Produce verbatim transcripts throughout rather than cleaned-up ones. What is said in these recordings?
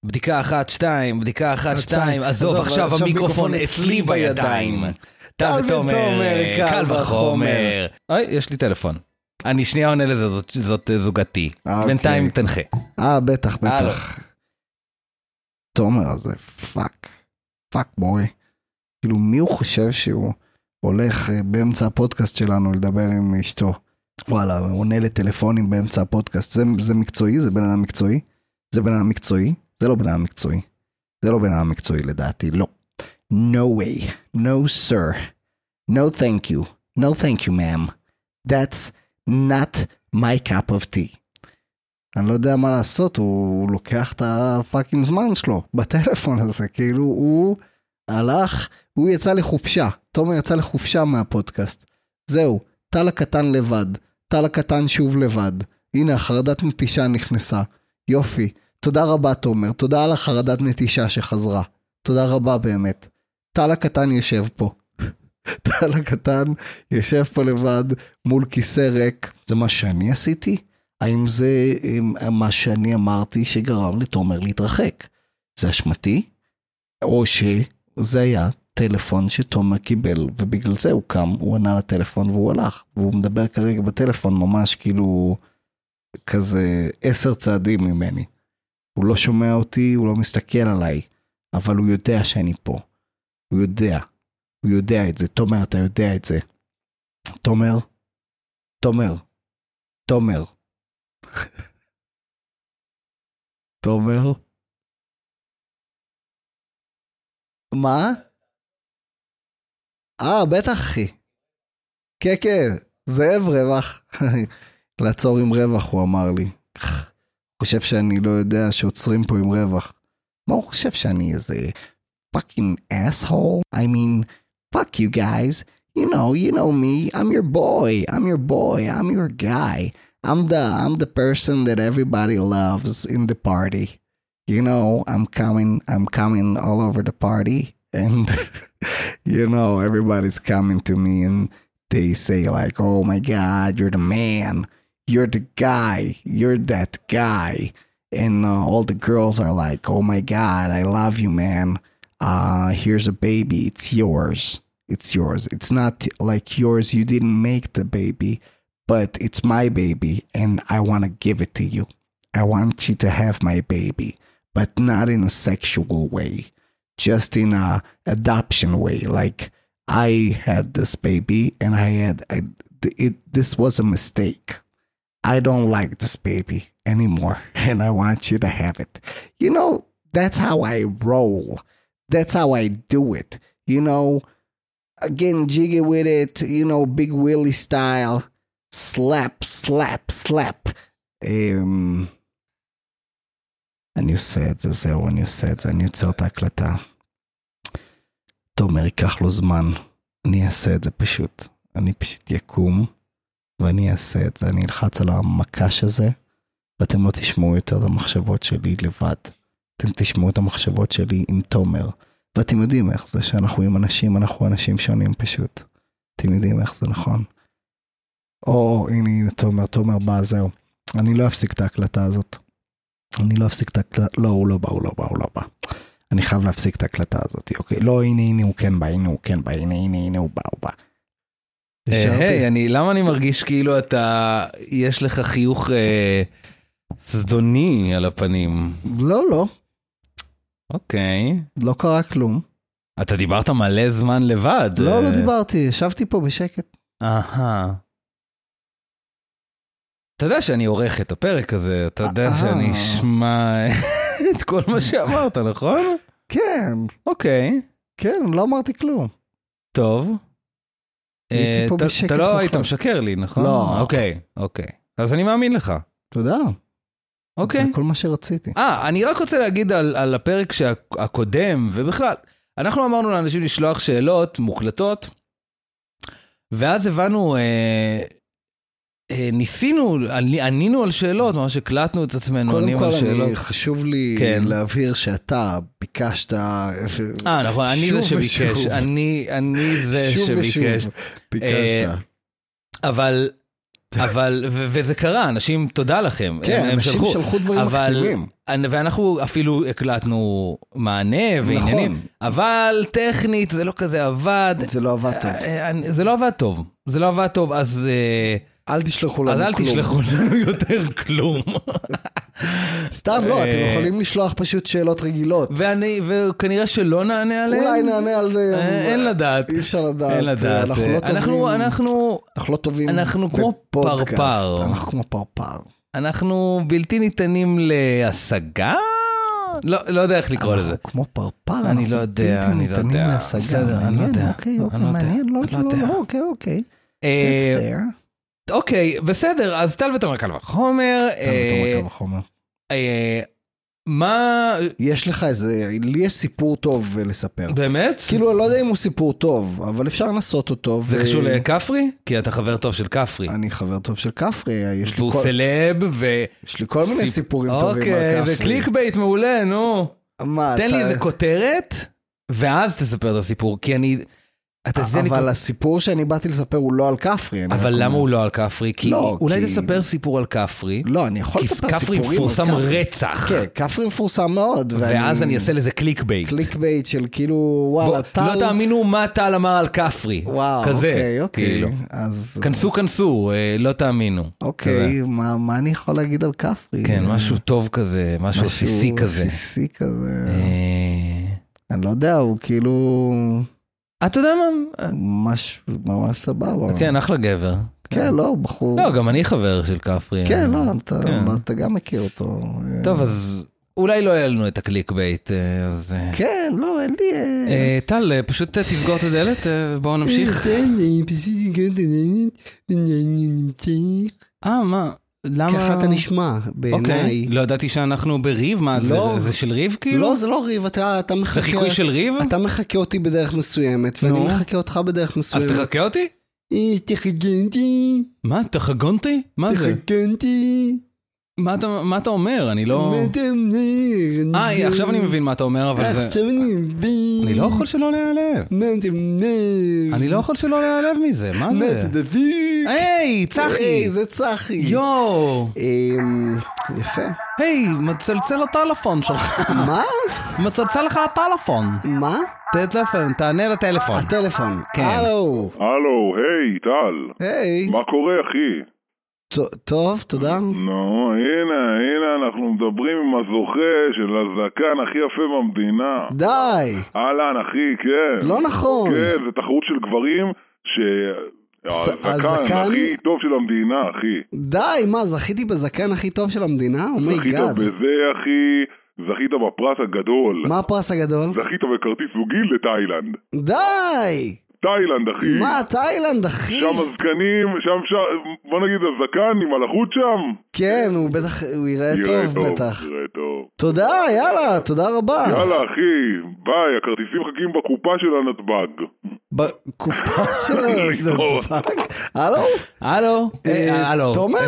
בדיקה אחת, שתיים, בדיקה אחת, שתיים, עזוב, עכשיו המיקרופון אצלי בידיים. טל ותומר, קל וחומר. אוי, יש לי טלפון. אני שנייה עונה לזה, זאת זוגתי. בינתיים תנחה. אה, בטח, בטח. תומר, זה פאק. פאק בוי. כאילו, מי הוא חושב שהוא הולך באמצע הפודקאסט שלנו לדבר עם אשתו? וואלה, הוא עונה לטלפונים באמצע הפודקאסט. זה, זה מקצועי? זה בן אדם מקצועי? זה בן אדם מקצועי? זה לא בן אדם מקצועי. זה לא בן אדם מקצועי לדעתי, לא. No way. No sir. No thank you. No thank you ma'am. That's not my cup of tea. אני לא יודע מה לעשות, הוא, הוא לוקח את הפאקינג זמן שלו בטלפון הזה, כאילו הוא הלך, הוא יצא לחופשה, תומר יצא לחופשה מהפודקאסט. זהו, טל הקטן לבד, טל הקטן שוב לבד. הנה, החרדת נטישה נכנסה. יופי. תודה רבה תומר, תודה על החרדת נטישה שחזרה. תודה רבה באמת. טל הקטן יושב פה. טל הקטן יושב פה לבד מול כיסא ריק. זה מה שאני עשיתי? האם זה מה שאני אמרתי שגרם לתומר להתרחק? זה אשמתי? או שזה היה טלפון שתומר קיבל, ובגלל זה הוא קם, הוא ענה לטלפון והוא הלך. והוא מדבר כרגע בטלפון ממש כאילו כזה עשר צעדים ממני. הוא לא שומע אותי, הוא לא מסתכל עליי, אבל הוא יודע שאני פה. הוא יודע. הוא יודע את זה. תומר, אתה יודע את זה. תומר? תומר. תומר. תומר? מה? אה, בטח אחי. כן, כן. זאב רווח. לעצור עם רווח, הוא אמר לי. חושב שאני לא יודע שעוצרים פה עם רווח. מה הוא חושב שאני איזה fucking asshole? I mean, fuck you guys. You know, you know me. I'm your boy. I'm your boy. I'm your guy. I'm the, I'm the person that everybody loves in the party. You know, I'm coming, I'm coming all over the party. And, you know, everybody's coming to me and they say like, oh my God, you're the man. You're the guy, you're that guy. And uh, all the girls are like, oh my God, I love you, man. Uh, here's a baby, it's yours. It's yours. It's not like yours, you didn't make the baby, but it's my baby and I want to give it to you. I want you to have my baby, but not in a sexual way, just in a adoption way. Like I had this baby and I had, I, it, this was a mistake. I don't like this baby anymore, and I want you to have it. You know, that's how I roll. That's how I do it. You know, again, jiggy with it, you know, Big Willie style. Slap, slap, slap. Um, אני עושה את זה, זהו, אני עושה את זה, אני יוצר את ההקלטה. תומר, ייקח לו זמן. אני אעשה את זה פשוט. אני פשוט יקום. ואני אעשה את זה, אני אלחץ על המקש הזה, ואתם לא תשמעו יותר את המחשבות שלי לבד. אתם תשמעו את המחשבות שלי עם תומר. ואתם יודעים איך זה שאנחנו עם אנשים, אנחנו אנשים שונים פשוט. אתם יודעים איך זה נכון. או, הנה, הנה, תומר, תומר בא, זהו. אני לא אפסיק את ההקלטה הזאת. אני לא אפסיק את ההקלטה, לא, הוא לא בא, הוא לא בא, הוא לא בא. אני חייב להפסיק את ההקלטה הזאת, אוקיי? לא, הנה, הנה, הוא כן בא, הנה, הוא כן בא, הנה, הנה, הנה, הוא בא, הוא בא. היי, אני, למה אני מרגיש כאילו אתה, יש לך חיוך אה, זדוני על הפנים? לא, לא. אוקיי. לא קרה כלום. אתה דיברת מלא זמן לבד. לא, לא דיברתי, ישבתי פה בשקט. אהה. אתה יודע שאני עורך את הפרק הזה, אתה יודע שאני אשמע את כל מה שאמרת, נכון? כן. אוקיי. כן, לא אמרתי כלום. טוב. אתה לא היית משקר לי, נכון? לא. אוקיי, אוקיי. אז אני מאמין לך. תודה. אוקיי. זה כל מה שרציתי. אה, אני רק רוצה להגיד על, על הפרק הקודם, ובכלל, אנחנו אמרנו לאנשים לשלוח שאלות מוקלטות, ואז הבנו, אה, אה, ניסינו, ענינו על שאלות, ממש הקלטנו את עצמנו, ענינו על שאלות. קודם כל, חשוב לי כן. להבהיר שאתה ביקשת, אה, נכון, אני זה שביקש, אני, אני זה שוב שביקש. ושוב ביקשת. אבל אבל, ו- וזה קרה, אנשים, תודה לכם. כן, הם, הם אנשים שלחו, שלחו דברים אבל, מקסימים. ואנחנו אפילו הקלטנו מענה ועניינים, נכון. אבל טכנית זה לא כזה עבד. זה לא עבד טוב. זה לא עבד טוב, זה לא עבד טוב, אז... אל תשלחו לנו אז כלום. אל תשלחו לנו יותר כלום. סתם לא, אתם יכולים לשלוח פשוט שאלות רגילות. ואני, וכנראה שלא נענה עליהן. אולי נענה על זה. אין לדעת. אי אפשר לדעת. אין לדעת. אנחנו לא טובים. אנחנו, אנחנו, אנחנו לא טובים אנחנו כמו בפודקאסט. פרפר. אנחנו כמו פרפר. אנחנו בלתי ניתנים להשגה? לא, לא יודע איך לקרוא לזה. אנחנו כמו פרפר. אני לא יודע, אני לא יודע. בסדר, אני לא יודע. אוקיי, אוקיי, מעניין. לא, לא, לא, אוקיי, אוקיי. That's fair. אוקיי, בסדר, אז טל ותומר קל וחומר. טל ותומר קל וחומר. מה... יש לך איזה, לי יש סיפור טוב לספר. באמת? כאילו, אני לא יודע אם הוא סיפור טוב, אבל אפשר לנסות אותו. זה קשור לכפרי? כי אתה חבר טוב של כפרי. אני חבר טוב של כפרי. והוא סלב ו... יש לי כל מיני סיפורים טובים על כפרי. אוקיי, זה קליק בייט מעולה, נו. מה, תן לי איזה כותרת, ואז תספר את הסיפור, כי אני... אבל הסיפור שאני באתי לספר הוא לא על כפרי. אבל למה הוא לא על כפרי? כי אולי תספר סיפור על כפרי. לא, אני יכול לספר סיפורים. כי כפרי מפורסם רצח. כן, כפרי מפורסם מאוד. ואז אני אעשה לזה קליק בייט. קליק בייט של כאילו, וואלה, טל... לא תאמינו מה טל אמר על כפרי. וואו, אוקיי, אוקיי. כנסו, כנסו, לא תאמינו. אוקיי, מה אני יכול להגיד על כפרי? כן, משהו טוב כזה, משהו סיסי כזה. משהו סיסי כזה. אני לא יודע, הוא כאילו... אתה יודע מה? ממש, ממש סבבה. כן, אחלה גבר. כן, לא, בחור. לא, גם אני חבר של כפרי. כן, לא, אתה גם מכיר אותו. טוב, אז אולי לא היה לנו את הקליק בייט, אז... כן, לא, אין לי... טל, פשוט תסגור את הדלת, בואו נמשיך. אה, מה? למה? ככה אתה נשמע, בעיניי. לא ידעתי שאנחנו בריב, מה זה של ריב כאילו? לא, זה לא ריב, אתה מחכה... זה חיקוי של ריב? אתה מחכה אותי בדרך מסוימת, ואני מחכה אותך בדרך מסוימת. אז תחכה אותי? תחגנתי. מה, תחגנתי? מה זה? תחגנתי. מה אתה אומר? אני לא... מה אתה אומר? אה, עכשיו אני מבין מה אתה אומר, אבל זה... עכשיו אני מבין. אני לא יכול שלא להיעלב. מה אתה אומר? אני לא יכול שלא להיעלב מזה, מה זה? מה אתה דביק? היי, צחי. היי, זה צחי. יואו. יפה. היי, מצלצל הטלפון שלך. מה? מצלצל לך הטלפון. מה? טלפון, תענה לטלפון. הטלפון, כן. הלו. הלו, היי, טל. היי. מה קורה, אחי? טוב, תודה. נו, הנה, הנה, אנחנו מדברים עם הזוכה של הזקן הכי יפה במדינה. די. אהלן, אחי, כן. לא נכון. כן, זה תחרות של גברים ש... הזקן הכי טוב של המדינה, אחי. די, מה, זכיתי בזקן הכי טוב של המדינה? אומייגאד. זכית בזה, אחי. זכית בפרס הגדול. מה הפרס הגדול? זכית בכרטיס זוגי לתאילנד. די! תאילנד, אחי. מה, תאילנד, אחי? שם הזקנים, שם שם, בוא נגיד הזקן עם הלחות שם. כן, הוא בטח, הוא יראה טוב, בטח. יראה טוב. תודה, יאללה, תודה רבה. יאללה, אחי, ביי, הכרטיסים מחכים בקופה של הנתב"ג. בקופה של הנתב"ג? הלו? הלו? הלו. תומר?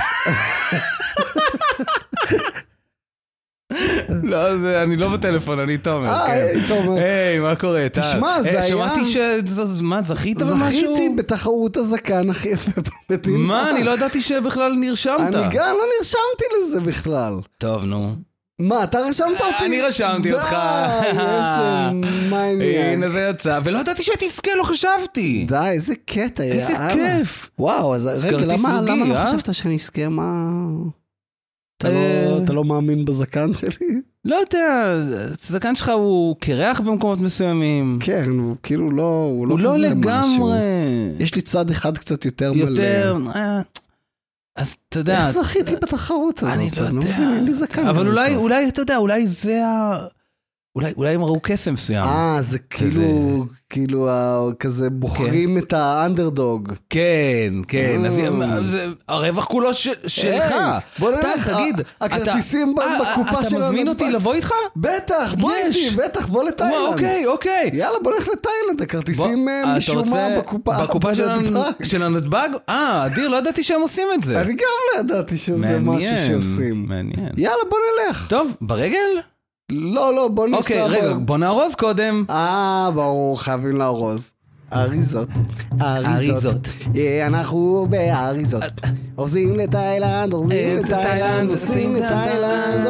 לא, אני לא בטלפון, אני תומר. אה, תומר. היי, מה קורה? תשמע, זה היה... שמעתי ש... מה, זכית במשהו? זכיתי בתחרות הזקן הכי יפה במדינה. מה? אני לא ידעתי שבכלל נרשמת. אני גם לא נרשמתי לזה בכלל. טוב, נו. מה, אתה רשמת אותי? אני רשמתי אותך. די, איזה מניאק. הנה זה יצא, ולא ידעתי שתזכה, לא חשבתי. די, איזה קטע. איזה כיף. וואו, אז רגע, למה לא חשבת שאני אזכה? מה... אתה לא מאמין בזקן שלי? לא יודע, הזקן שלך הוא קרח במקומות מסוימים. כן, הוא כאילו לא... הוא לא לגמרי. יש לי צד אחד קצת יותר מלא. יותר... אז אתה יודע... איך זכיתי בתחרות הזאת? אני לא יודע. אבל אולי, אולי, אתה יודע, אולי זה ה... אולי, אולי הם ראו קסם מסוים. אה, זה כאילו, כאילו, כזה בוחרים את האנדרדוג. כן, כן, אז הרווח כולו שלך. בוא נלך, הכרטיסים בקופה שלנו. אתה מזמין אותי לבוא איתך? בטח, בוא איתי, בטח, בוא לתאילנד. אוקיי, אוקיי. יאללה, בוא נלך לתאילנד, הכרטיסים משום מה בקופה. בקופה של הנתב"ג? אה, אדיר, לא ידעתי שהם עושים את זה. אני גם לא ידעתי שזה משהו שעושים. מעניין. יאללה, בוא נלך. טוב, ברגל? לא, לא, בוא ניסע. אוקיי, רגע, בוא נארוז קודם. אה, ברור, חייבים לארוז. אריזות, אריזות, אנחנו באריזות, אורזים לתאילנד, אורזים לתאילנד, אורזים לתאילנד,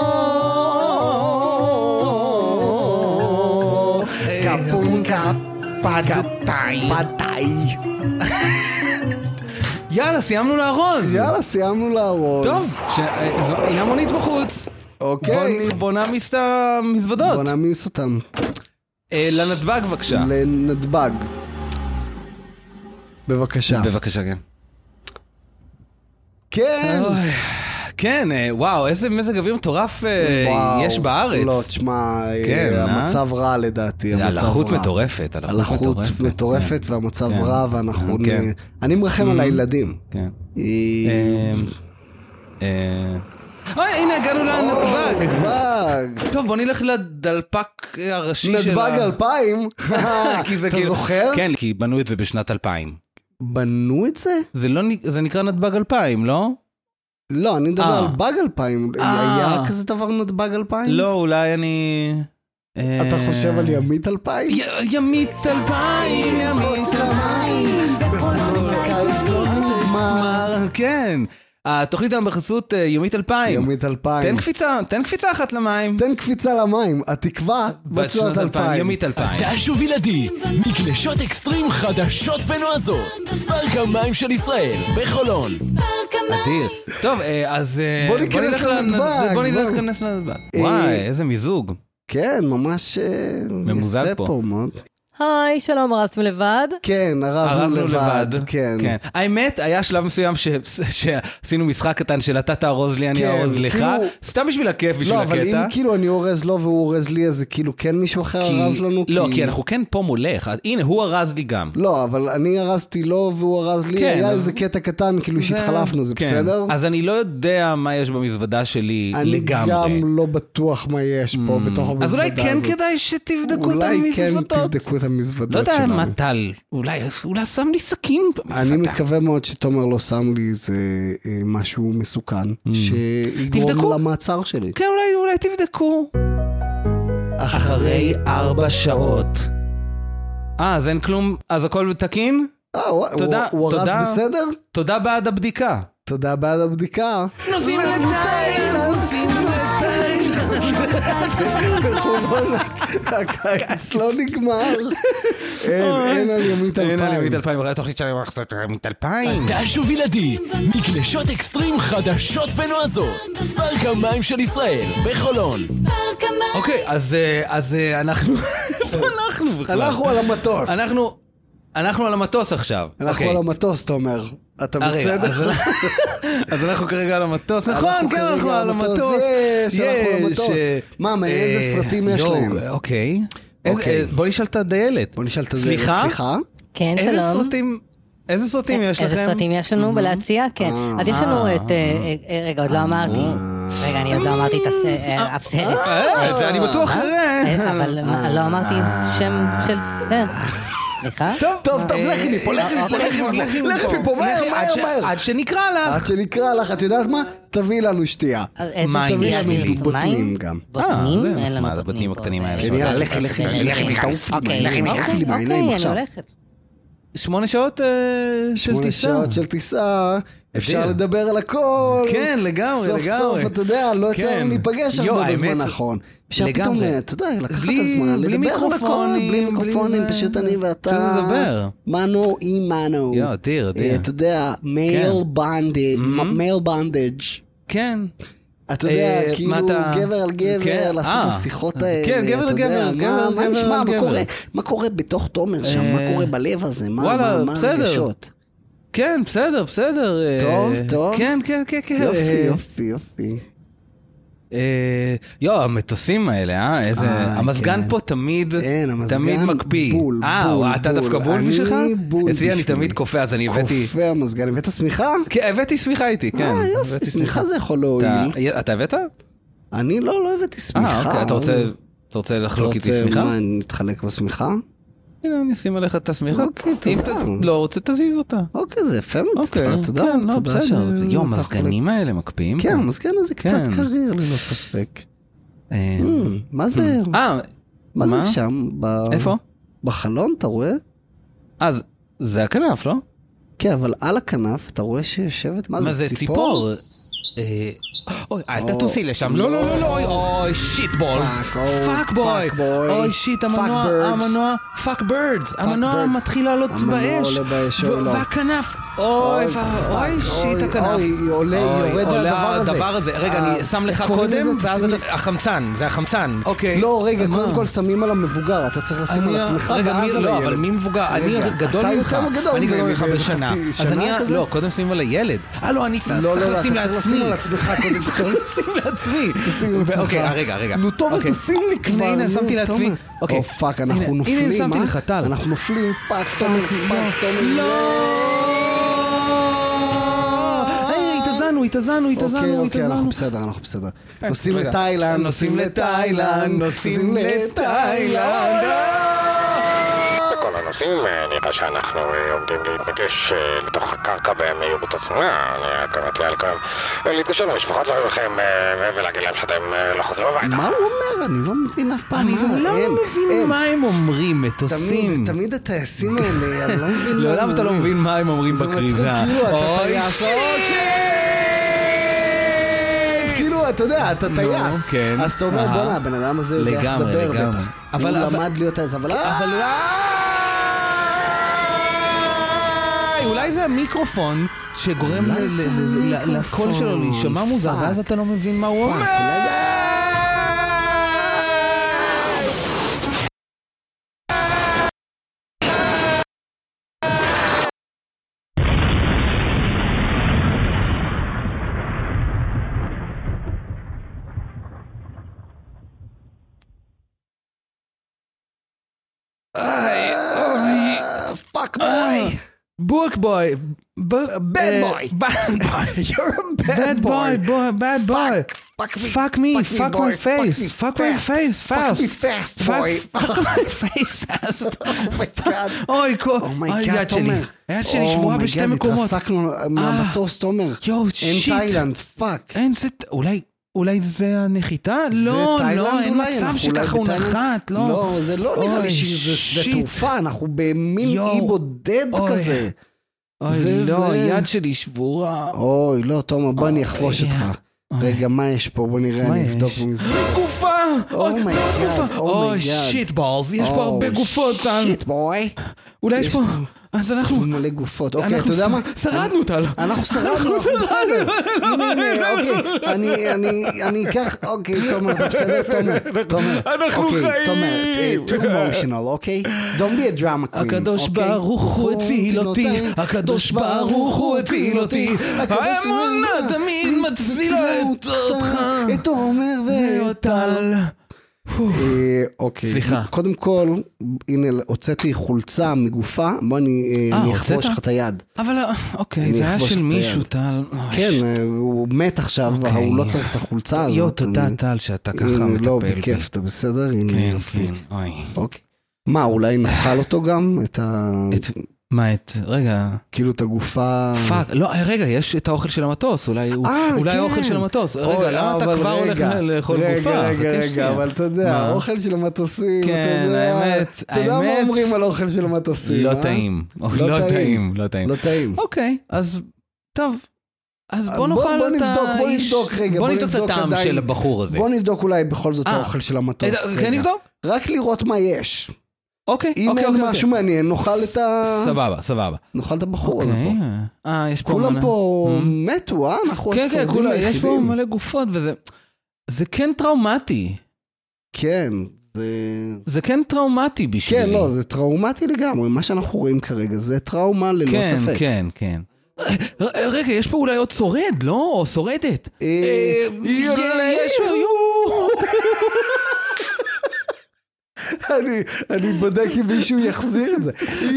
קפונקה, פדאי, פדאי. יאללה, סיימנו לארוז. יאללה, סיימנו לארוז. טוב, הנה מונית בחוץ. אוקיי. בוא נעמיס את המזוודות. בוא נעמיס אותם. לנדבג בבקשה. לנדבג. בבקשה. בבקשה, כן. כן. כן, וואו, איזה מזג אוויר מטורף יש בארץ. לא, תשמע, המצב רע לדעתי. הלחות מטורפת. הלחות מטורפת והמצב רע, ואנחנו... אני מרחם על הילדים. כן. אוי, הנה, הגענו לנדבג. נדבג. טוב, בוא נלך לדלפק הראשי של... נדבג אלפיים? אתה זוכר? כן, כי בנו את זה בשנת אלפיים. בנו את זה? זה נקרא נדבג אלפיים, לא? לא, אני מדבר על בג אלפיים. היה כזה דבר נדבג אלפיים? לא, אולי אני... אתה חושב על ימית אלפיים? ימית אלפיים, ימית אלפיים. בכל זאת בקיץ לא נגמר. כן. התוכנית היום בחסות יומית אלפיים. יומית אלפיים. תן קפיצה, תן קפיצה אחת למים. תן קפיצה למים. התקווה בת שנות אלפיים. יומית אלפיים. דש ובלעדי, מגלשות אקסטרים חדשות ונועזות. ספארק המים של ישראל, בחולון. אדיר. טוב, אז בוא ניכנס לנדבג. בוא ניכנס לנדבג. וואי, איזה מיזוג. כן, ממש ממוזג פה. היי, שלום, הרסנו לבד? כן, הרסנו לבד, כן. האמת, היה שלב מסוים שעשינו משחק קטן של אתה תארוז לי, אני אארוז לך, סתם בשביל הכיף, בשביל הקטע. לא, אבל אם כאילו אני אורז לו והוא אורז לי, אז זה כאילו כן מישהו אחר ארז לנו? לא, כי אנחנו כן פה מולך, הנה, הוא ארז לי גם. לא, אבל אני ארזתי לו והוא ארז לי, היה איזה קטע קטן, כאילו שהתחלפנו, זה בסדר? אז אני לא יודע מה יש במזוודה שלי לגמרי. אני גם לא בטוח מה יש פה בתוך המזוודה הזאת. אז אולי כן כדאי שתבדקו את המזוודות. המזוודות לא יודע שלנו. מה טל, אולי, אולי שם לי סכין במזוודה. אני מקווה מאוד שתומר לא שם לי איזה משהו מסוכן, שיגרום למעצר שלי. כן, אולי, אולי תבדקו. אחרי ארבע שעות. אה, אז אין כלום, אז הכל תקין? תודה, הוא הרס בסדר? תודה בעד הבדיקה. תודה בעד הבדיקה. נוסעים לתאילנד, נוסעים לתאילנד. בחולון, הקיץ לא נגמר. אין על יומית אלפיים. אין על יומית אלפיים, התוכנית שלנו מחזות יומית אלפיים. דש ובלעדי, מגלשות אקסטרים חדשות ונועזות. ספארק המים של ישראל, בחולון. אוקיי, אז אנחנו... איפה אנחנו בכלל? אנחנו על המטוס. אנחנו... אנחנו על המטוס עכשיו. אנחנו על המטוס, תומר. אתה בסדר? אז אנחנו כרגע על המטוס. נכון, כן, אנחנו על המטוס. יש, אנחנו על המטוס. מה, מעניין איזה סרטים יש להם? אוקיי. בוא נשאל את הדיילת. בוא נשאל את הדיילת. סליחה? כן, שלום. איזה סרטים... איזה סרטים יש לכם? איזה סרטים יש לנו בלהציע? כן. אז יש לנו את... רגע, עוד לא אמרתי. רגע, אני עוד לא אמרתי את הסרט. את זה אני בטוח אחרי. אבל לא אמרתי שם של סרט. סליחה? טוב, טוב, טוב, לכי מפה, לכי מפה, לכי מפה, לכי מפה, מהר, מהר, מהר. עד שנקרא לך. עד שנקרא לך, את יודעת מה? תביאי לנו שתייה. איזה שתייה? בוטנים גם. בוטנים? אין לנו מה, הבוטנים הקטנים האלה? יאללה, לכי, לכי, לכי, לכי, לכי, אוקיי, אני הולכת. שמונה שעות של טיסה. שמונה שעות של טיסה. אפשר לדבר על הכל. כן, לגמרי, לגמרי. סוף סוף, אתה יודע, לא יצא להיפגש הרבה בזמן נכון. אפשר פתאום, אתה יודע, לקחת את הזמן, לדבר על הכל, בלי מיקרופונים, פשוט אני ואתה. פשוט לדבר. מנו עם מנו. יו, דיר, דיר. אתה יודע, מייל בונדג', מייל בונדג'. כן. אתה יודע, כאילו גבר על גבר, לעשות את השיחות האלה. כן, גבר על גבר, גבר על גבר. מה קורה בתוך תומר שם? מה קורה בלב הזה? מה הרגשות? כן, בסדר, בסדר. טוב, טוב. כן, כן, כן, כן. יופי, יופי, יופי. יו, המטוסים האלה, אה? איזה... המזגן פה תמיד, תמיד מקפיא. בול, בול. אה, אתה דווקא בול בשבילך? אני בול בשבילי. אצלי אני תמיד קופא, אז אני הבאתי... קופא המזגן, הבאת סמיכה? כן, הבאתי סמיכה איתי, כן. אה, יופי, סמיכה זה יכול להועיל. אתה הבאת? אני לא, לא הבאתי סמיכה. אה, אוקיי, אתה רוצה... אתה רוצה לחלוק איתי סמיכה? אתה רוצה מה, נתחלק בסמיכה? הנה, אני אשים עליך את הסמיכה. אוקיי, תודה. לא רוצה, תזיז אותה. אוקיי, זה יפה מצטער, תודה. כן, לא, בסדר. יום, המזגנים האלה מקפיאים פה. כן, המזגן הזה קצת קריר, ללא ספק. מה זה? אה, מה זה שם? איפה? בחלון, אתה רואה? אז זה הכנף, לא? כן, אבל על הכנף אתה רואה שיושבת, מה זה, מה זה ציפור? אוי, אל תטוסי לשם, לא, לא, לא, לא, אוי, שיט בולס, פאק בוי, אוי, שיט, המנוע, המנוע, פאק בירדס, המנוע מתחיל לעלות באש, והכנף, אוי, אוי, שיט, הכנף, אוי, עולה, יורד הדבר הזה. רגע, אני שם לך קודם, ואז החמצן, זה החמצן, אוקיי. לא, רגע, קודם כל שמים על המבוגר, אתה צריך לשים על עצמך, רגע, לא, אבל מי מבוגר? אני גדול ממך, אני גדול ממך בשנה, אז אני, לא, קודם שים על הילד, אה, לא, אני צריך לשים לעצמי. שים לעצמי. אוקיי, רגע, רגע. נו, תומר, תשים לי כבר. הנה, שמתי לעצמי. או פאק, אנחנו נופלים. הנה, שמתי לך, טל. אנחנו נופלים, פאק, תומר, פאק, תומר. לא. היי, התאזנו, התאזנו, התאזנו, אוקיי, אנחנו בסדר, אנחנו בסדר. נוסעים לתאילנד, נוסעים לתאילנד, נוסעים לתאילנד. כל הנושאים, נראה שאנחנו עומדים להתנגש לתוך הקרקע במהירות עצומה. אני רק מציע לכם להתקשר למשפחות שלכם ולהגיד להם שאתם לא חוזרים הביתה. מה הוא אומר? אני לא מבין אף פעם. אני לא מבין מה הם אומרים, מטוסים. תמיד הטייסים האלה, אני לא מבין. לעולם אתה לא מבין מה הם אומרים בקריזה. אוי, כאילו, אתה יודע, אתה טייס. אז אתה אומר, בוא נה, הבן אדם הזה יודע איך לדבר בטח. הוא למד להיות טייס, אבל... אולי זה המיקרופון שגורם לקול שלו להישמע מוזר, ואז אתה לא מבין מה הוא אומר. פאק בוי. Book boy, bad boy, bad boy, you're a bad boy, boy, bad boy, fuck me, fuck me, fuck my face, fuck my face, fast, fuck me fast, boy, fuck my face fast. Oh my god, אוי, היד שלי, היד שלי שבועה בשתי מקומות. התרסקנו מהמטוס, תומר. יואו, אין תאילנד, פאק. אין זה, אולי... אולי זה הנחיתה? לא, לא, אין מצב שככה הוא נחת, לא. לא, זה לא נראה לי שזה שדה תעופה, אנחנו במין אי בודד כזה. אוי, לא, היד שלי שבורה. אוי, לא, תומר, בוא אני אחבוש אותך. רגע, מה יש פה? בוא נראה, אני אבדוק במזבח. גופה! אוי מי גאד, אוי שיט בולס, יש פה הרבה גופות. שיט בוי. אולי יש פה... אז אנחנו... מלא גופות, אוקיי, אתה יודע מה? שרדנו טל. אנחנו שרדנו, אנחנו בסדר. הנה, הנה, אוקיי, אני, אני, אני אקח, אוקיי, תומר, אתה בסדר, תומר, תומר. אנחנו חיים. אוקיי, תומר, too emotional, אוקיי? Don't be a drama queen, הקדוש ברוך הוא הציל אותי, הקדוש ברוך הוא הציל אותי, האמונה תמיד מצילה אותך. את תומר וטל. אוקיי, סליחה. קודם כל, הנה, הוצאתי חולצה מגופה, בוא אני אחבוש לך את היד. אבל, אוקיי, זה היה של מישהו, טל. כן, הוא מת עכשיו, הוא לא צריך את החולצה הזאת. יו, תודה, טל, שאתה ככה מטפל. לא, בכיף, אתה בסדר? כן, כן, אוי. אוקיי. מה, אולי נאכל אותו גם? את ה... מה את, רגע. כאילו את הגופה... פאק, לא, רגע, יש את האוכל של המטוס, אולי הוא, אולי האוכל של המטוס. רגע, למה אתה כבר הולך לאכול גופה? רגע, רגע, אבל אתה יודע, האוכל של המטוסים, כן, האמת, אתה יודע מה אומרים על האוכל של המטוסים? לא טעים, לא טעים, לא טעים. לא טעים. אוקיי, אז, טוב. אז בוא נאכל את ה... בוא נבדוק, רגע, בוא נבדוק את הטעם של הבחור הזה. בוא נבדוק אולי בכל זאת האוכל של המטוס. כן, נבדוק? רק לראות מה יש. אוקיי, אם אין משהו מעניין, נאכל את ה... סבבה, סבבה. נאכל את הבחור הזה פה. אה, יש פה... כולם פה מתו, אה? אנחנו השורדים היחידים. יש פה מלא גופות, וזה... זה כן טראומטי. כן, זה... זה כן טראומטי בשבילי. כן, לא, זה טראומטי לגמרי. מה שאנחנו רואים כרגע, זה טראומה ללא ספק. כן, כן, כן. רגע, יש פה אולי עוד שורד, לא? או שורדת. יש פה... אני, אני בודק אם מישהו יחזיר את זה.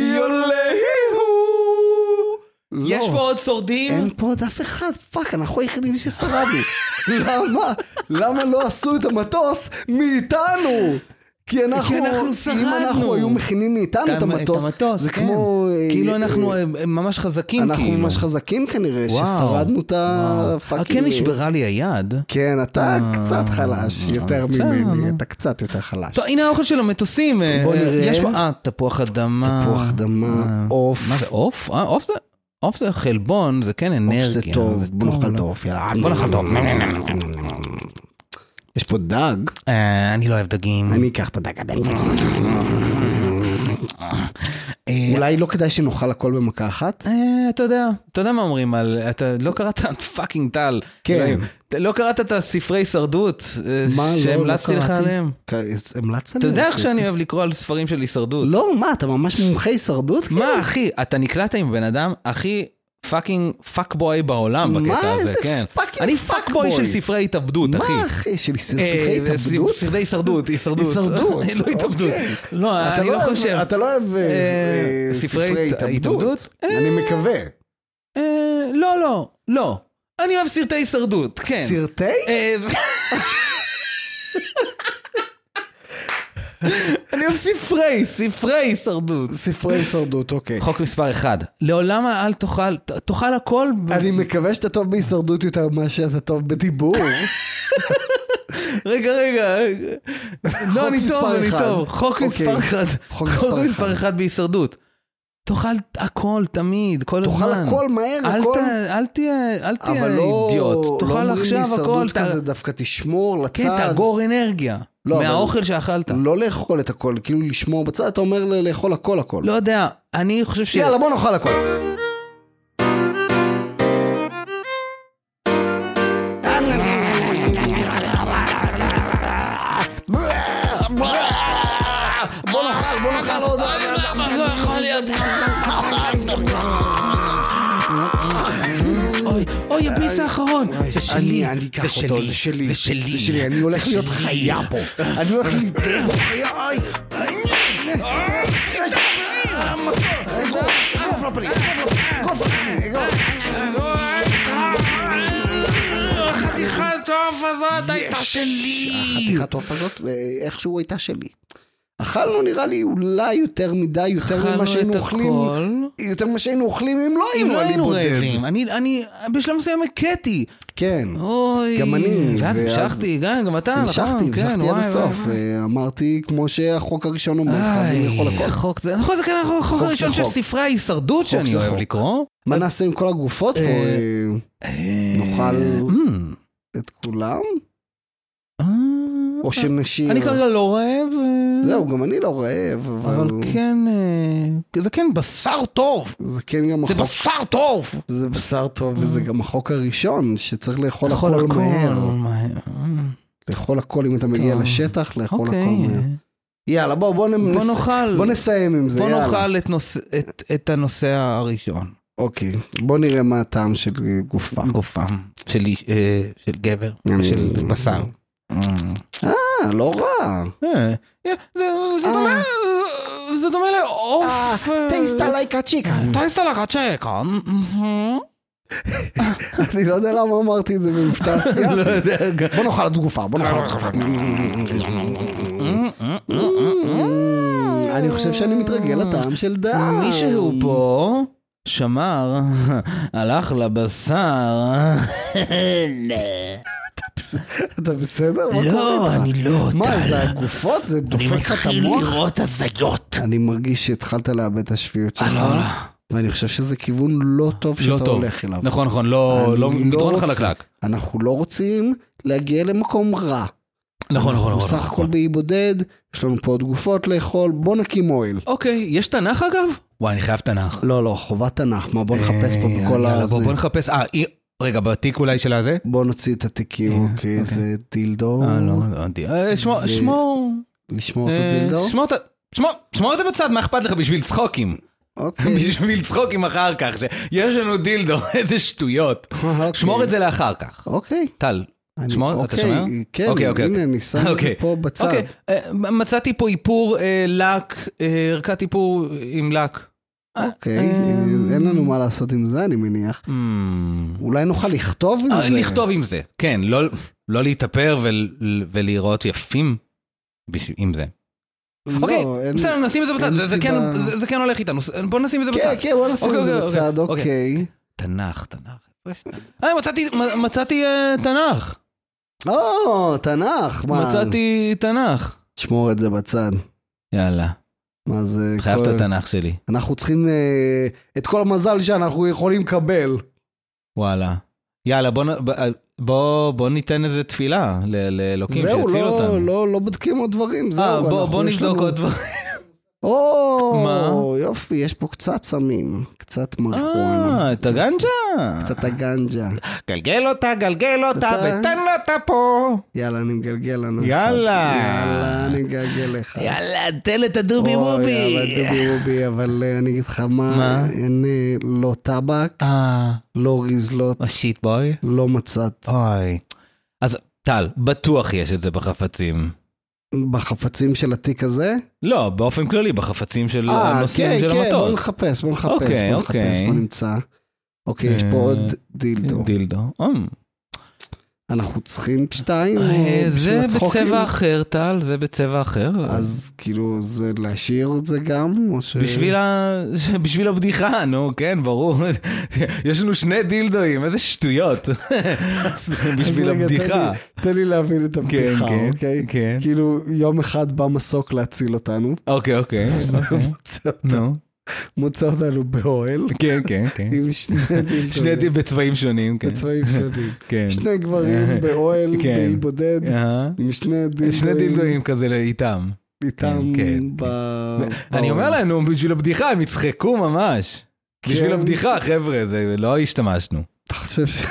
יש פה עוד שורדים? אין פה עוד אף אחד, פאק, אנחנו היחידים ששרדנו. למה? למה לא עשו את המטוס מאיתנו? כי אנחנו, אנחנו אם שרדנו. אנחנו היו מכינים מאיתנו את המטוס, את המטוס, זה כן. כמו... כאילו אנחנו ממש חזקים, אנחנו כאילו. ממש חזקים כנראה, וואו. ששרדנו את הפאקינג... כן נשברה לי היד. כן, אתה קצת חלש, יותר ממני, אתה קצת יותר חלש. טוב, הנה האוכל של המטוסים. בוא נראה. יש פה, אה, תפוח אדמה. תפוח אדמה, עוף. מה זה, עוף? אה, עוף זה... עוף זה חלבון, זה כן אנרגיה. עוף זה טוב, בוא נאכל את העוף, יאללה. בוא נאכל את העוף. יש פה דג. אני לא אוהב דגים. אני אקח את הדג. אולי לא כדאי שנאכל הכל במכה אחת? אתה יודע, אתה יודע מה אומרים על... אתה לא קראת את פאקינג טל. כן. לא קראת את הספרי הישרדות שהמלצתי לך עליהם. המלצת עליהם? אתה יודע איך שאני אוהב לקרוא על ספרים של הישרדות. לא, מה, אתה ממש מומחה הישרדות? מה, אחי, אתה נקלעת עם בן אדם, הכי פאקינג פאק בוי בעולם בקטע הזה, כן. אני פאק בוי של ספרי התאבדות, אחי. מה, אחי, של ספרי התאבדות? ספרי הישרדות, הישרדות. הישרדות. לא התאבדות. לא, אני לא חושב. אתה לא אוהב ספרי התאבדות? אני מקווה. לא, לא, לא. אני אוהב סרטי הישרדות, כן. סרטי? אני אוהב ספרי, ספרי הישרדות. ספרי הישרדות, אוקיי. חוק מספר אחד. לעולם אל תאכל, תאכל הכל. אני מקווה שאתה טוב בהישרדות יותר מה שאתה טוב בדיבור. רגע, רגע. לא, אני טוב, אני טוב. חוק מספר אחד. חוק מספר אחד בהישרדות. תאכל הכל תמיד, כל הזמן. תאכל הכל מהר, הכל. אל תהיה אידיוט. תאכל עכשיו הכל. אבל לא אומרים כזה, דווקא תשמור לצד. כן, תאגור אנרגיה. מהאוכל שאכלת. לא לאכול את הכל, כאילו לשמור בצד, אתה אומר לאכול הכל הכל. לא יודע, אני חושב ש... יאללה, בוא נאכל הכל. בוא נאכל, בוא נאכל עוד. לא יכול להיות. אוי, אוי, הביס האחרון. זה שלי, אני אקח אותו, זה שלי. זה שלי. זה שלי, אני הולך להיות חיה פה. אני הולך להיות חיה. אוי. החתיכה טוב הזאת הייתה שלי. החתיכה טוב הזאת איכשהו הייתה שלי. אכלנו נראה לי אולי יותר מדי, יותר ממה שהיינו אוכלים, יותר ממה שהיינו אוכלים אם לא היינו עלי בודד. אני, אני, בשלב מסוים הקטי. כן, אוי, גם אני. ואז המשכתי, גם, גם אתה, המשכתי, המשכתי עד הסוף. אמרתי, כמו שהחוק הראשון אומר, חייבים לאכול הכל. החוק, זה, נכון, זה כן החוק הראשון של ספרי ההישרדות שאני אוהב לקרוא. מה נעשה עם כל הגופות פה? נאכל את כולם? או שנשאיר. אני כרגע לא רעב. זהו, גם אני לא רעב. אבל כן, זה כן בשר טוב. זה כן גם החוק. זה בשר טוב. זה בשר טוב, וזה גם החוק הראשון, שצריך לאכול הכל מהר. לאכול הכל אם אתה מגיע לשטח, לאכול הכל מהר. יאללה, בוא נאכל. בוא נסיים עם זה, בוא יאללה. נאכל את הנושא הראשון. אוקיי, בוא נראה מה הטעם של גופה. גופה. של גבר. של בשר. אה, לא רע. זה דומה לעוף. טייסטה לייקה צ'יקן. טייסטה לייקה צ'יקן. אני לא יודע למה אמרתי את זה במבטא אסיאטי. בוא נאכל את גופה, בוא נאכל את גופה. אני חושב שאני מתרגל לטעם של דג. מישהו פה שמר, הלך לבשר. אתה בסדר? לא, אני לא. מה, זה הגופות? זה דופק לך את המוח? אני מתחיל לראות הזיות. אני מרגיש שהתחלת לאבד את השפיות שלך. ואני חושב שזה כיוון לא טוב שאתה הולך אליו. נכון, נכון, לא מדרון חלקלק. אנחנו לא רוצים להגיע למקום רע. נכון, נכון, נכון. בסך הכל באי בודד, יש לנו פה עוד גופות לאכול, בוא נקים אויל. אוקיי, יש תנ"ך אגב? וואי, אני חייב תנ"ך. לא, לא, חובת תנ"ך, מה בוא נחפש פה בכל הזה. בוא נחפש, אה, רגע, בתיק אולי של הזה? בוא נוציא את התיקים, אוקיי, זה דילדו. אה, לא, שמור, שמור. לשמור את הדילדו? שמור את זה בצד, מה אכפת לך בשביל צחוקים? אוקיי. בשביל צחוקים אחר כך, שיש לנו דילדו, איזה שטויות. שמור את זה לאחר כך. אוקיי. טל. שמור, אתה שומע? כן, הנה, אני שם את זה פה בצד. מצאתי פה איפור לק, ערכת איפור עם לק. אוקיי, אין לנו מה לעשות עם זה, אני מניח. אולי נוכל לכתוב עם זה. לכתוב עם זה, כן, לא להתאפר ולראות יפים עם זה. אוקיי, בסדר, נשים את זה בצד, זה כן הולך איתנו, בוא נשים את זה בצד. כן, כן, בוא נשים את זה בצד, אוקיי. תנ"ך, תנ"ך. מצאתי תנ"ך. או, תנ"ך, מה? מצאתי תנ"ך. תשמור את זה בצד. יאללה. מה זה? חייב את התנ"ך שלי. אנחנו צריכים את כל המזל שאנחנו יכולים לקבל. וואלה. יאללה, בוא ניתן איזה תפילה לאלוקים שיציל אותנו. זהו, לא, לא בודקים עוד דברים, זהו. בוא נבדוק עוד דברים. או, יופי, יש פה קצת סמים, קצת מריחואנה. אה, את הגנג'ה. קצת הגנג'ה. גלגל אותה, גלגל אותה, ותן לו אותה פה. יאללה, אני מגלגל לנו. יאללה. יאללה, אני מגלגל לך. יאללה, תן את הדובי וובי. יאללה, דובי וובי, אבל אני אגיד לך מה, אין לא טבק, לא ריזלות, שיט בוי. לא מצאת. אוי. אז טל, בטוח יש את זה בחפצים. בחפצים של התיק הזה? לא, באופן כללי, בחפצים של הנושאים של המטוס. כן, כן, בוא נחפש, בוא נחפש, בוא נחפש, בוא נמצא. אוקיי, יש פה עוד דילדו. דילדו. אנחנו צריכים שתיים? זה בצבע אחר, טל, זה בצבע אחר. אז כאילו, זה להשאיר את זה גם? בשביל הבדיחה, נו, כן, ברור. יש לנו שני דילדואים, איזה שטויות. בשביל הבדיחה. תן לי להבין את הבדיחה, אוקיי? כאילו, יום אחד בא מסוק להציל אותנו. אוקיי, אוקיי. נו. מוצא אותנו באוהל. כן, כן, כן. עם שני דילדואים. שני דילדואים בצבעים שונים, כן. בצבעים שונים. כן. שני גברים באוהל, באי בודד, עם שני דילדואים. שני דילדואים כזה איתם. איתם ב... אני אומר לנו, בשביל הבדיחה, הם יצחקו ממש. בשביל הבדיחה, חבר'ה, זה לא השתמשנו. אתה חושב ש...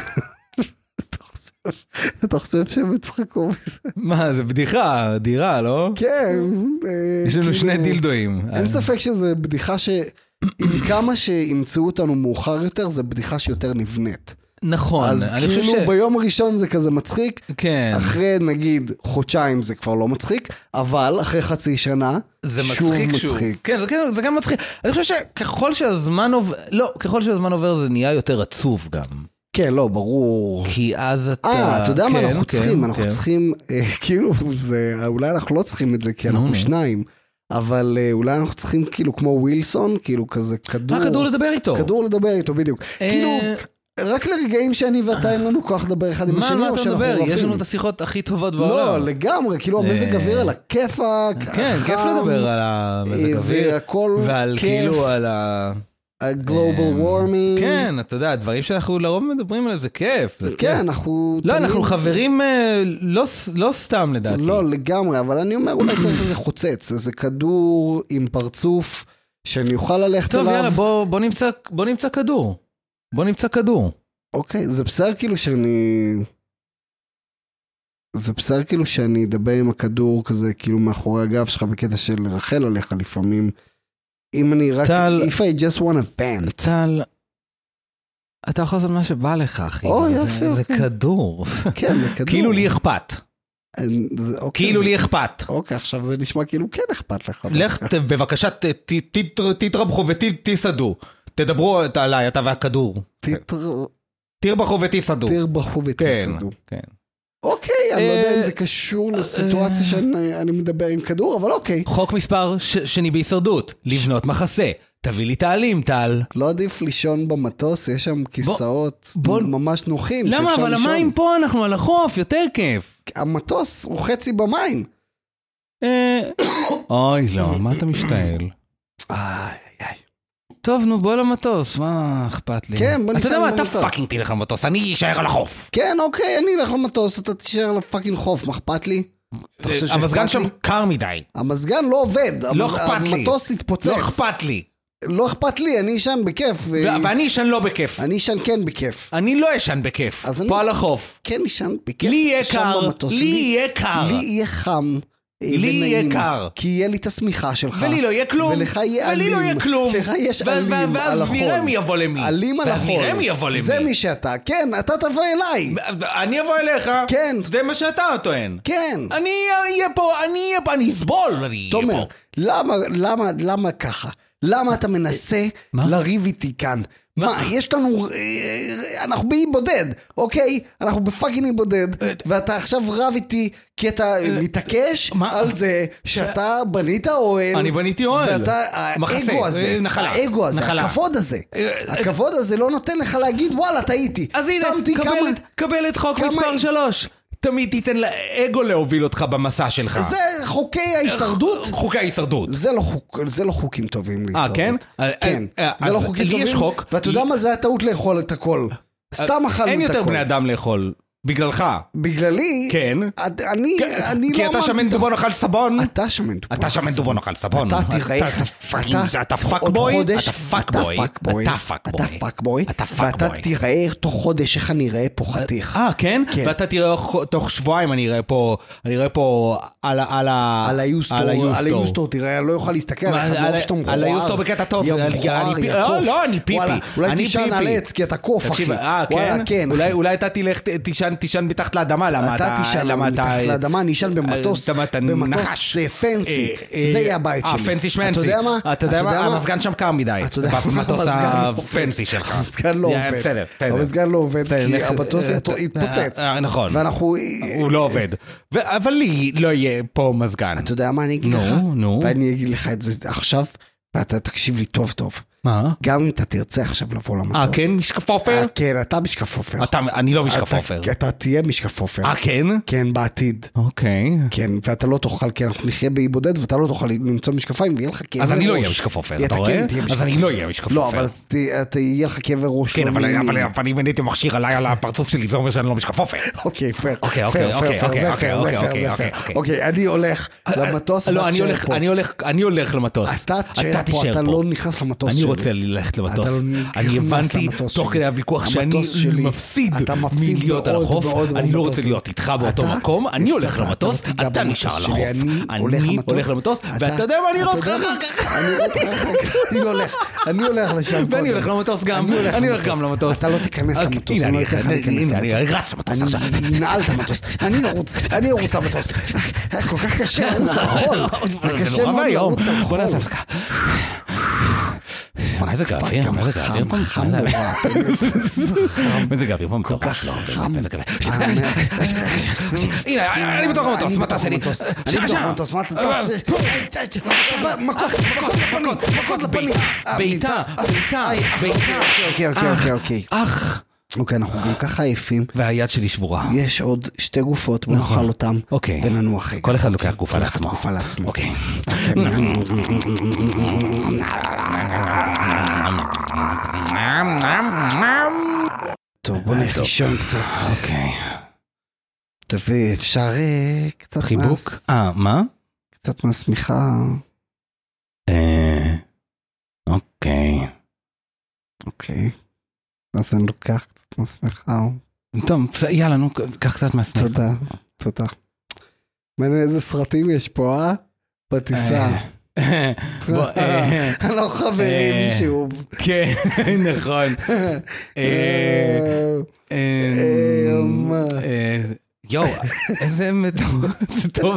אתה חושב שהם יצחקו בזה? מה, זה בדיחה, דירה, לא? כן. יש לנו שני דילדואים. אין ספק שזה בדיחה שעם כמה שימצאו אותנו מאוחר יותר, זה בדיחה שיותר נבנית. נכון. אז כאילו ביום הראשון זה כזה מצחיק, אחרי נגיד חודשיים זה כבר לא מצחיק, אבל אחרי חצי שנה שוב מצחיק. כן, זה גם מצחיק. אני חושב שככל שהזמן עובר, לא, ככל שהזמן עובר זה נהיה יותר עצוב גם. כן, לא, ברור. כי אז אתה... אה, אתה יודע מה אנחנו צריכים? אנחנו צריכים, כאילו, אולי אנחנו לא צריכים את זה, כי אנחנו שניים, אבל אולי אנחנו צריכים כאילו כמו ווילסון, כאילו כזה כדור... אה, כדור לדבר איתו. כדור לדבר איתו, בדיוק. כאילו, רק לרגעים שאני ואתה אין לנו כוח לדבר אחד עם השני, או שאנחנו רבים. יש לנו את השיחות הכי טובות בעולם. לא, לגמרי, כאילו המזג אוויר על הכיפק, כן, כיף לדבר על המזג אוויר, ועל כאילו על ה... הגלובל וורמינג. כן, אתה יודע, הדברים שאנחנו לרוב מדברים עליהם, זה כיף. כן, אנחנו... לא, אנחנו חברים לא סתם לדעתי. לא, לגמרי, אבל אני אומר, אולי צריך איזה חוצץ, איזה כדור עם פרצוף, שאני אוכל ללכת אליו. טוב, יאללה, בוא נמצא כדור. בוא נמצא כדור. אוקיי, זה בסדר כאילו שאני... זה בסדר כאילו שאני אדבר עם הכדור כזה, כאילו מאחורי הגב שלך בקטע של רחל עליך לפעמים. אם אני רק, if I just want a vent. טל, אתה יכול לעשות מה שבא לך, אחי. או, יפה. זה כדור. כן, זה כדור. כאילו לי אכפת. כאילו לי אכפת. אוקיי, עכשיו זה נשמע כאילו כן אכפת לך. לך, בבקשה, תתרבחו ותסעדו. תדברו עליי, אתה והכדור. תרבחו ותסעדו. תרבחו ותסעדו. כן. אוקיי, אני לא יודע אם זה קשור לסיטואציה שאני מדבר עם כדור, אבל אוקיי. חוק מספר שני בהישרדות, לבנות מחסה. תביא לי תעלים, טל. לא עדיף לישון במטוס, יש שם כיסאות ממש נוחים. למה? אבל המים פה, אנחנו על החוף, יותר כיף. המטוס הוא חצי במים. אוי, לא, מה אתה משתעל? איי, איי. טוב, נו, בוא למטוס, מה אכפת לי? כן, בוא נשאר למטוס. למטוס. אתה יודע מה, אתה פאקינג תלך למטוס, אני אשאר על החוף. כן, אוקיי, אני אלך למטוס, אתה תישאר על הפאקינג חוף, מה אכפת לי? המזגן שם קר מדי. המזגן לא עובד. לא אכפת לי. המטוס התפוצץ. לא אכפת לי. לא אכפת לי, אני אשן בכיף. ואני אשן לא בכיף. אני אשן כן בכיף. אני לא אשן בכיף. פה על החוף. כן אשן בכיף. לי יהיה קר. לי יהיה קר. לי יהיה חם. לי יהיה קר. כי יהיה לי את הסמיכה שלך. ולי לא יהיה כלום. ולך יהיה אלים. ולי לא יהיה כלום. לך יש אלים על החול. ואז נראה מי יבוא למי. אלים על החול. ואז נראה מי יבוא למי. זה מי שאתה. כן, אתה תבוא אליי. אני אבוא אליך. כן. זה מה שאתה טוען. כן. אני אהיה פה, אני אהיה פה, אני אסבול. תומר, למה, למה, למה ככה? למה אתה מנסה לריב איתי כאן? מה, יש לנו, אנחנו באי בודד, אוקיי? אנחנו בפאקינג אי בודד, ואתה עכשיו רב איתי, כי אתה מתעקש על זה שאתה בנית אוהל. אני בניתי אוהל. ואתה, האגו הזה, האגו הזה, הכבוד הזה, הכבוד הזה לא נותן לך להגיד, וואלה, טעיתי. אז הנה, קבל את חוק מספר שלוש. תמיד תיתן לאגו להוביל אותך במסע שלך. זה חוקי ההישרדות? חוקי ההישרדות. זה לא, חוק, זה לא חוקים טובים להישרדות. אה, כן? כן, זה לא חוקים טובים. יש חוק. ואתה יודע מה, זה היה טעות לאכול את הכל. סתם אכלנו את הכל. אין יותר בני אדם לאכול. בגללך. בגללי? כן. אני, אני לא כי אתה שמן דובון אוכל סבון. אתה שמן דובון. אתה שמן דובון אוכל סבון. אתה תראה, אתה פאקבוי. אתה פאקבוי. אתה פאקבוי. אתה פאקבוי. ואתה תראה תוך חודש איך אני אראה פה חתיך. אה, כן? ואתה תראה תוך שבועיים אני אראה פה, אני אראה פה על ה... על היוסטור. על היוסטור, תראה, אני לא יוכל להסתכל עליך. על היוסטור בקטע טוב. לא, לא, אני פיפי. אולי תישן על עץ, כי אתה קוף, אחי. אה, כן? אולי אתה תלך, תישן תישן מתחת לאדמה, למה אתה... אתה תישן מתחת לאדמה, אני אשן במטוס, במטוס פנסי, זה יהיה הבית שלי. פנסי שמנסי. אתה יודע מה? אתה יודע מה? המסגן שם קר מדי. במטוס הפנסי שלך. המסגן לא עובד. בסדר. המסגן לא עובד, כי המטוס התפוצץ. נכון. ואנחנו... הוא לא עובד. אבל לי לא יהיה פה מסגן. אתה יודע מה אני אגיד לך? נו, נו. ואני אגיד לך את זה עכשיו, ואתה תקשיב לי טוב טוב. מה? גם אם אתה תרצה עכשיו לבוא למטוס. אה, כן? משקפופר? כן, אתה משקפופר. אני לא משקפופר. אתה תהיה משקפופר. אה, כן? כן, בעתיד. אוקיי. כן, ואתה לא תוכל, כי אנחנו נחיה באי בודד, ואתה לא תוכל למצוא משקפיים, ויהיה לך כאבי ראש. אז אני לא אהיה משקפופר, אתה רואה? אז אני לא אהיה משקפופר. לא, אבל תהיה לך כאבי ראש. כן, אבל אם אני הייתי מכשיר עליי על הפרצוף שלי, זה אומר שאני לא משקפופר. אוקיי, פייר. אוקיי, אוקיי, אוקיי, אוקיי, אוקיי, אוקיי. אוקיי, אני הולך למטוס. לא, אני הולך למטוס. אתה תשאר פה, אתה לא נכנס למטוס שלי. אני רוצה ללכת למטוס. אני הבנתי תוך כדי הוויכוח שאני מפסיד מלהיות על החוף, אני לא רוצה להיות איתך באותו מקום, אני הולך למטוס, אתה נשאר על החוף, אני הולך למטוס, ואתה יודע מה, אני אראה אותך אחר כך. אני הולך, אני הולך לשם. ואני הולך למטוס גם, אני הולך גם למטוס. אתה לא תיכנס למטוס, הנה, אני רץ למטוס עכשיו. אני נעל את המטוס, אני ארוץ, אני ארוץ למטוס. כל כך קשה לרוץ על חול. זה קשה מאוד לרוץ על חול. בוא נעשה הפסקה. מזג האוויר, מזג האוויר פה חם נורא. מזג האוויר פה מטורף. מזג האוויר. הנה, אני בתוך המטוס, מה תעשה לי? אני בתוך המטוס, מה תעשה? מכות, מכות, מכות לפנים. בעיטה, בעיטה, בעיטה. אוקיי, אוקיי, אוקיי, אוקיי. אח. אוקיי, אנחנו גם ככה עייפים. והיד שלי שבורה. יש עוד שתי גופות, בוא נאכל אותם. אוקיי. וננוח רגע. כל אחד לוקח גופה לעצמו. גופה לעצמו. אוקיי. טוב, בוא נחישון קצת. אוקיי. תביא, אפשר קצת... חיבוק? אה, מה? קצת מהסמיכה. אה... אוקיי. אוקיי. אז אני לוקח קצת מהסמיכה. טוב, יאללה, נו, קח קצת מהסמיכה. תודה, תודה. מעניין איזה סרטים יש פה, אה? בטיסה. אני לא חברים מישהו. כן, נכון. יואו, איזה מטוב, זה טוב.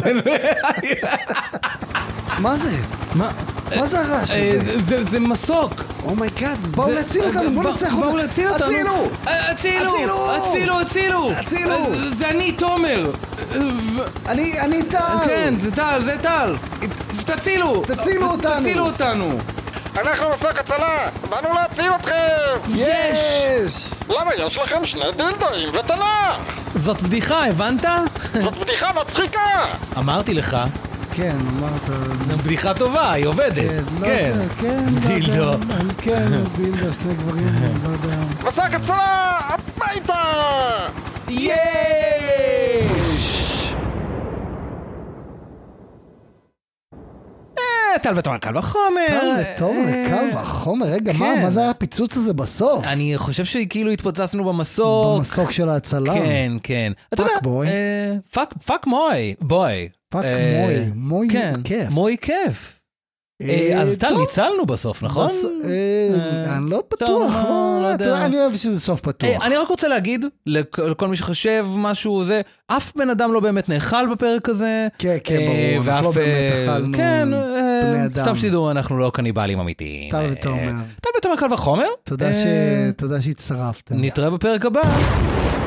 מה זה? מה? מה זה הרעש הזה? זה מסוק. אומייגאד, בואו להציל אותנו, בואו נצח אותנו. בואו להציל אותנו. הצילו! הצילו! הצילו! הצילו! זה אני, תומר. אני, אני טל. כן, זה טל, זה טל. תצילו! תצילו אותנו. תצילו אותנו. אנחנו מסוק הצלה, באנו להציל אתכם! יש! למה יש לכם שני דילדואים ותנ"ך? זאת בדיחה, הבנת? זאת בדיחה מצחיקה! אמרתי לך. כן, אמרת... בדיחה טובה, היא עובדת. כן, כן, דילדו. כן, דילדו, שני גברים, לא יודע. מסוק הצלה, הביתה! יש! טל ותומר קל וחומר. טל ותומר קל וחומר. רגע, מה זה היה הפיצוץ הזה בסוף? אני חושב שכאילו התפוצצנו במסוק. במסוק של ההצלה. כן, כן. פאק בוי. פאק מוי. בוי. פאק מוי. מוי כיף. מוי כיף. אז טל, ניצלנו בסוף, נכון? אני לא פתוח, אני אוהב שזה סוף פתוח. אני רק רוצה להגיד, לכל מי שחושב משהו זה, אף בן אדם לא באמת נאכל בפרק הזה. כן, כן, ברור, אנחנו לא באמת אכלנו בני אדם. סתם שתדעו, אנחנו לא קניבלים אמיתיים. טל ותומר. טל ותומר קל וחומר. תודה שהצטרפתם. נתראה בפרק הבא.